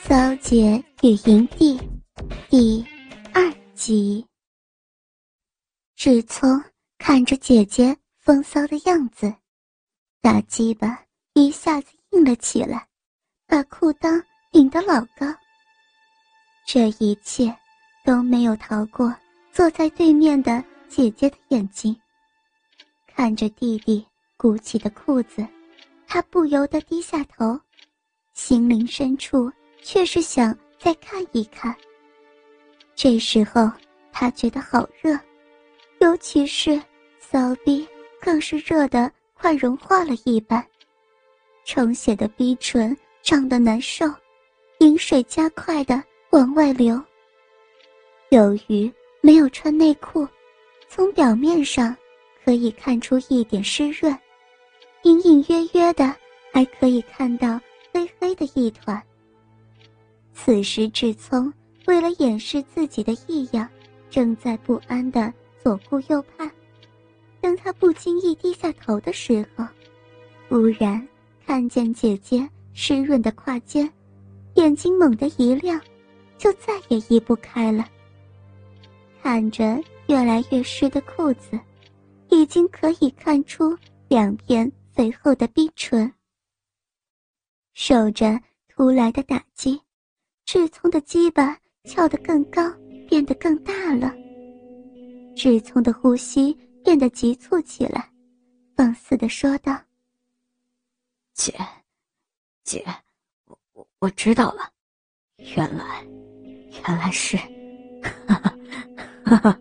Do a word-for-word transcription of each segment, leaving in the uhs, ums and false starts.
骚姐与营地第二集。志聪看着姐姐风骚的样子，大鸡巴一下子硬了起来，把裤裆顶得老高。这一切都没有逃过坐在对面的姐姐的眼睛。看着弟弟鼓起的裤子，他不由得低下头，心灵深处却是想再看一看。这时候他觉得好热，尤其是骚逼更是热得快融化了一般，充血的逼唇胀得难受，饮水加快地往外流。由于没有穿内裤，从表面上可以看出一点湿润，隐隐约约的还可以看到黑黑的一团。此时志聪为了掩饰自己的异样，正在不安地左顾右盼。等他不经意低下头的时候，忽然看见姐姐湿润的胯间，眼睛猛地一亮，就再也移不开了。看着越来越湿的裤子，已经可以看出两片肥厚的逼唇。受着突来的打击，志聪的鸡巴翘得更高，变得更大了。志聪的呼吸变得急促起来，放肆地说道： 姐姐我我我知道了，原来原来是哈哈哈哈。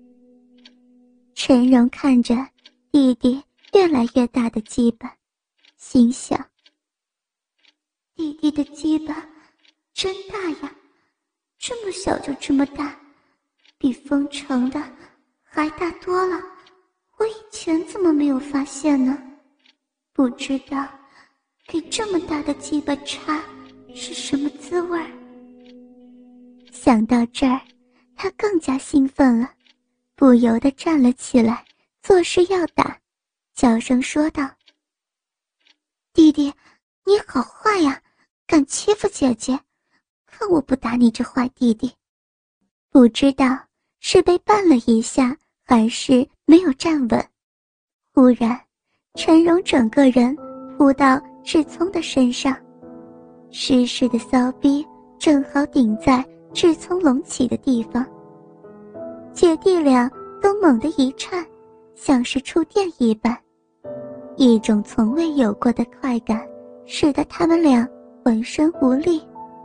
陈荣看着弟弟越来越大的鸡巴，心想：弟弟的鸡巴真大呀，这么小就这么大，比封城的还大多了。我以前怎么没有发现呢？不知道给这么大的鸡巴插是什么滋味儿。想到这儿，他更加兴奋了，不由得站了起来，作势要打，小声说道：弟弟，你好坏呀，敢欺负姐姐，看我不打你这坏弟弟。不知道是被绊了一下，还是没有站稳，忽然陈荣整个人扑到志聪的身上，湿湿的骚逼正好顶在志聪隆起的地方。姐弟俩都猛地一颤，像是触电一般，一种从未有过的快感使得他们俩浑身无力。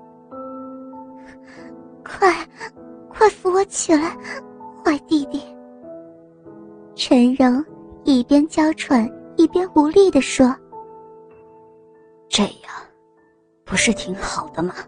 快快扶我起来，坏弟弟！陈荣一边娇喘一边无力地说： 这样不是挺好的吗？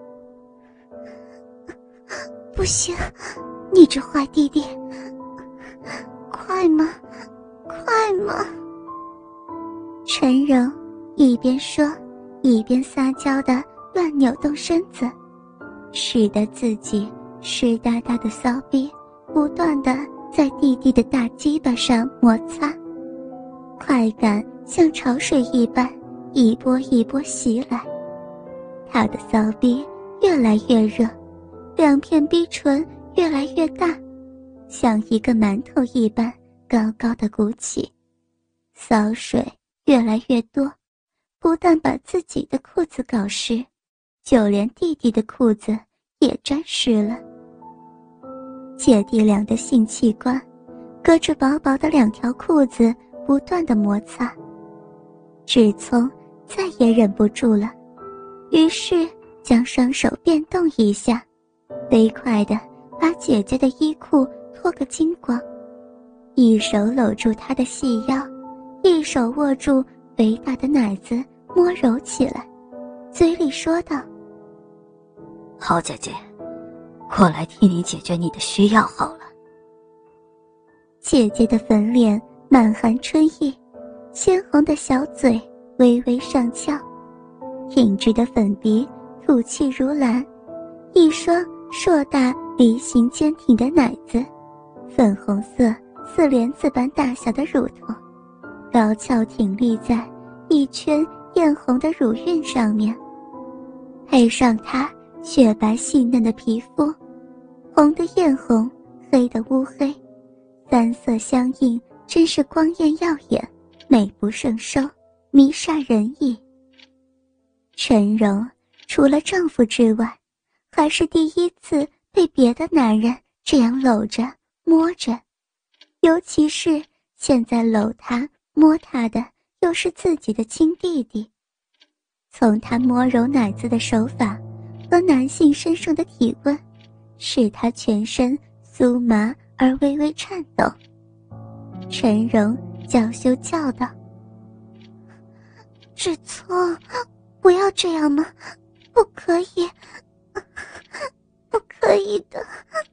不行，你这坏弟弟，快吗？快吗？陈荣一边说一边撒娇地乱扭动身子，使得自己湿哒哒的骚逼不断地在弟弟的大鸡巴上摩擦，快感像潮水一般一波一波袭来。他的骚逼越来越热，两片逼唇越来越大，像一个馒头一般高高的鼓起，骚水越来越多，不但把自己的裤子搞湿，就连弟弟的裤子也沾湿了。姐弟俩的性器官隔着薄薄的两条裤子不断的摩擦，志聪再也忍不住了，于是将双手变动一下，飞快地把姐姐的衣裤脱个精光，一手搂住她的细腰，一手握住肥大的奶子摸揉起来，嘴里说道： 好姐姐，我来替你解决你的需要好了。 姐姐的粉脸满含春意，鲜红的小嘴微微上翘，挺直的粉鼻吐气如兰，一双硕大梨形坚挺的奶子，粉红色似莲子般大小的乳头高翘挺立在一圈艳红的乳晕上面， 配上她雪白细嫩的皮肤，红的艳红，黑的乌黑，三色相映，真是光艳耀眼，美不胜收，迷煞人意。陈荣除了丈夫之外，还是第一次被别的男人这样搂着摸着，尤其是现在搂她摸她的又是自己的亲弟弟。从他摸揉奶子的手法和男性身上的体温，使他全身酥麻而微微颤抖。陈荣娇羞叫道：志聪，不要这样嘛，不可以，不可以的。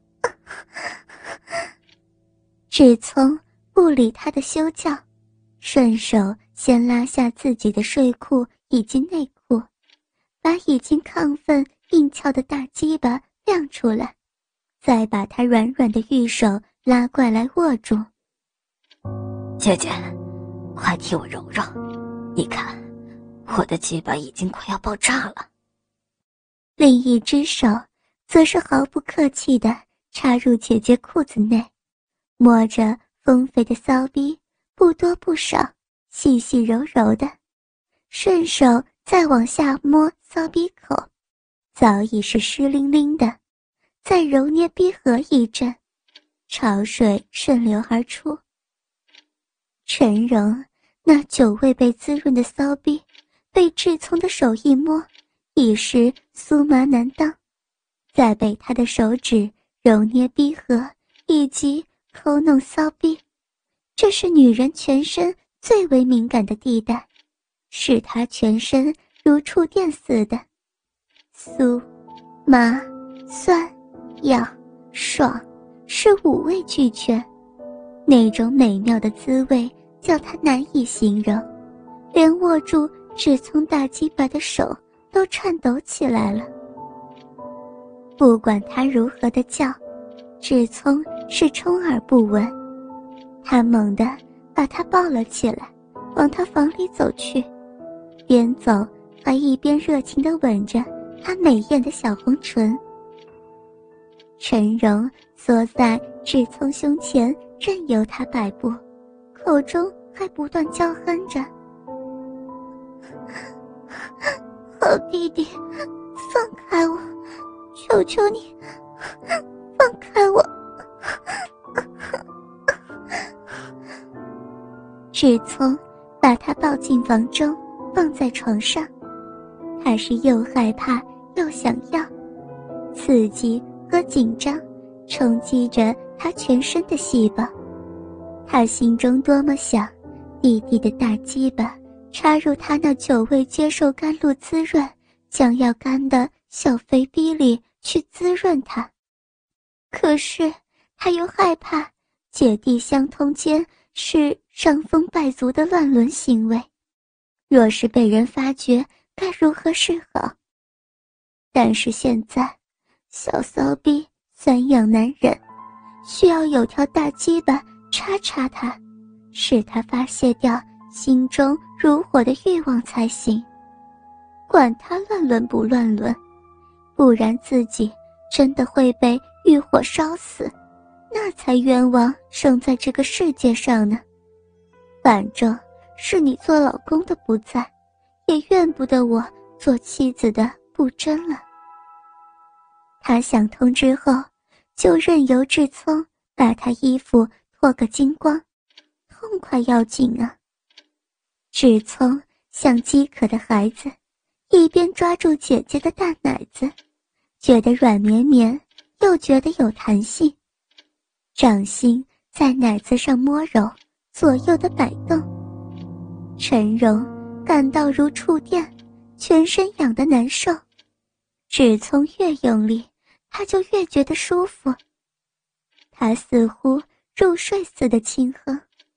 志聪不理他的羞叫，顺手先拉下自己的睡裤以及内裤，把已经亢奋硬翘的大鸡巴亮出来，再把他软软的玉手拉过来握住。 姐姐，快替我揉揉，你看我的鸡巴已经快要爆炸了。 另一只手则是毫不客气地插入姐姐裤子内，摸着丰肥的骚逼，不多不少，细细柔柔的，顺手再往下摸骚逼口，早已是湿淋淋的，再揉捏逼合一阵，潮水顺流而出。陈荣那久未被滋润的骚逼被志聪的手一摸，已是酥麻难当，再被他的手指揉捏逼合以及抠弄骚逼，这是女人全身最为敏感的地带，使她全身如触电似的，酥、麻、酸、痒、爽，是五味俱全。那种美妙的滋味叫她难以形容，连握住志聪大鸡巴的手都颤抖起来了。不管他如何的叫，志聪是充耳不闻。他猛地把他抱了起来，往他房里走去，边走还一边热情地吻着他美艳的小红唇。陈荣缩在志聪胸前，任由他摆布，口中还不断娇哼着：好弟弟，放开我，求求你，放开我。志聪把他抱进房中，放在床上，他是又害怕又想要，刺激和紧张冲击着他全身的细胞。他心中多么想弟弟的大鸡巴插入他那久未接受甘露滋润将要干的小肥逼里去滋润他，可是他又害怕姐弟相通间是伤风败俗的乱伦行为，若是被人发觉该如何是好？但是现在小骚逼酸痒难忍，需要有条大鸡巴插插他，使他发泄掉心中如火的欲望才行。管他乱伦不乱伦，不然自己真的会被欲火烧死，那才冤枉生在这个世界上呢。反正是你做老公的不在，也怨不得我做妻子的不真了。他想通之后，就任由志聪把他衣服脱个精光，痛快要紧啊。志聪像饥渴的孩子，一边抓住姐姐的大奶子，觉得软绵绵，又觉得有弹性，掌心在奶子上摸揉，左右的摆动。陈荣感到如触电，全身痒得难受。志聪越用力，他就越觉得舒服。他似乎入睡似的轻哼：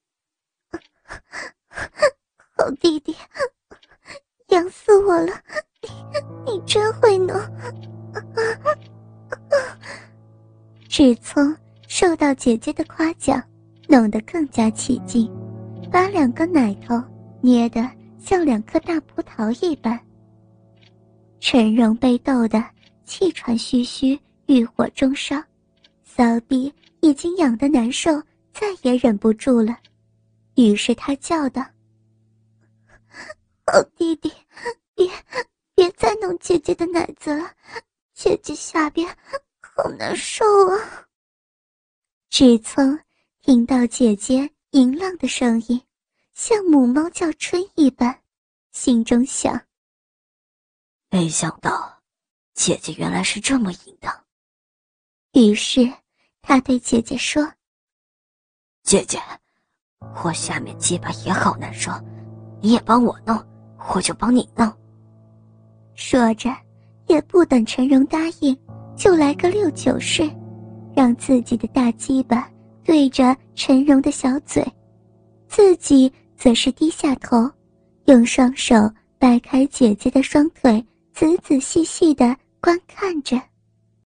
好弟弟，痒死我了，你你真会弄。志聪受到姐姐的夸奖，弄得更加起劲，把两个奶头捏得像两颗大葡萄一般。 陈荣被逗得气喘吁吁，欲火中烧，骚逼已经痒得难受，再也忍不住了。于是他叫道：“好弟弟，别别再弄姐姐的奶子了，姐姐下边好难受啊。”志聪听到姐姐淫浪的声音，像母猫叫春一般，心中想： 没想到姐姐原来是这么淫荡。 于是他对姐姐说：“ 姐姐，我下面鸡巴也好难受，你也帮我弄，我就帮你弄。” 说着也不等陈荣答应，就来个六九式，让自己的大鸡巴对着陈荣的小嘴，自己则是低下头，用双手掰开姐姐的双腿，仔仔细细地观看着。